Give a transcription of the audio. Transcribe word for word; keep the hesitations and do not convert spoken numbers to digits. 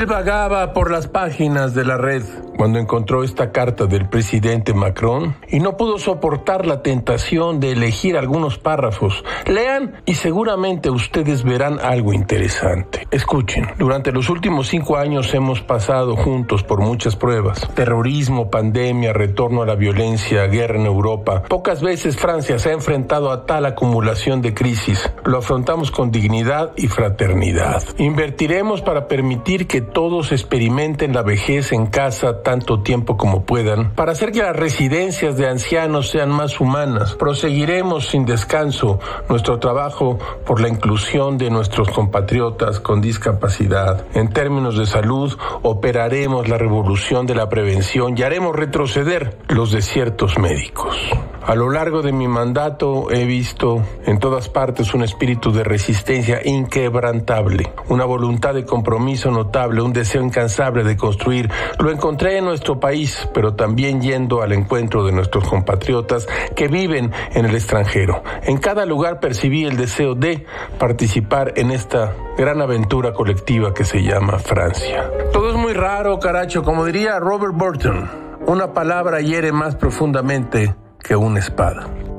Él vagaba por las páginas de la red cuando encontró esta carta del presidente Macron y no pudo soportar la tentación de elegir algunos párrafos. Lean y seguramente ustedes verán algo interesante. Escuchen, durante los últimos cinco años hemos pasado juntos por muchas pruebas. Terrorismo, pandemia, retorno a la violencia, guerra en Europa. Pocas veces Francia se ha enfrentado a tal acumulación de crisis. Lo afrontamos con dignidad y fraternidad. Invertiremos para permitir que todos experimenten la vejez en casa tanto tiempo como puedan, para hacer que las residencias de ancianos sean más humanas. Proseguiremos sin descanso nuestro trabajo por la inclusión de nuestros compatriotas con discapacidad. En términos de salud, operaremos la revolución de la prevención y haremos retroceder los desiertos médicos. A lo largo de mi mandato he visto en todas partes un espíritu de resistencia inquebrantable, una voluntad de compromiso notable, un deseo incansable de construir. Lo encontré en nuestro país, pero también yendo al encuentro de nuestros compatriotas que viven en el extranjero. En cada lugar percibí el deseo de participar en esta gran aventura colectiva que se llama Francia. Todo es muy raro, caracho, como diría Robert Burton. Una palabra hiere más profundamente que una espada.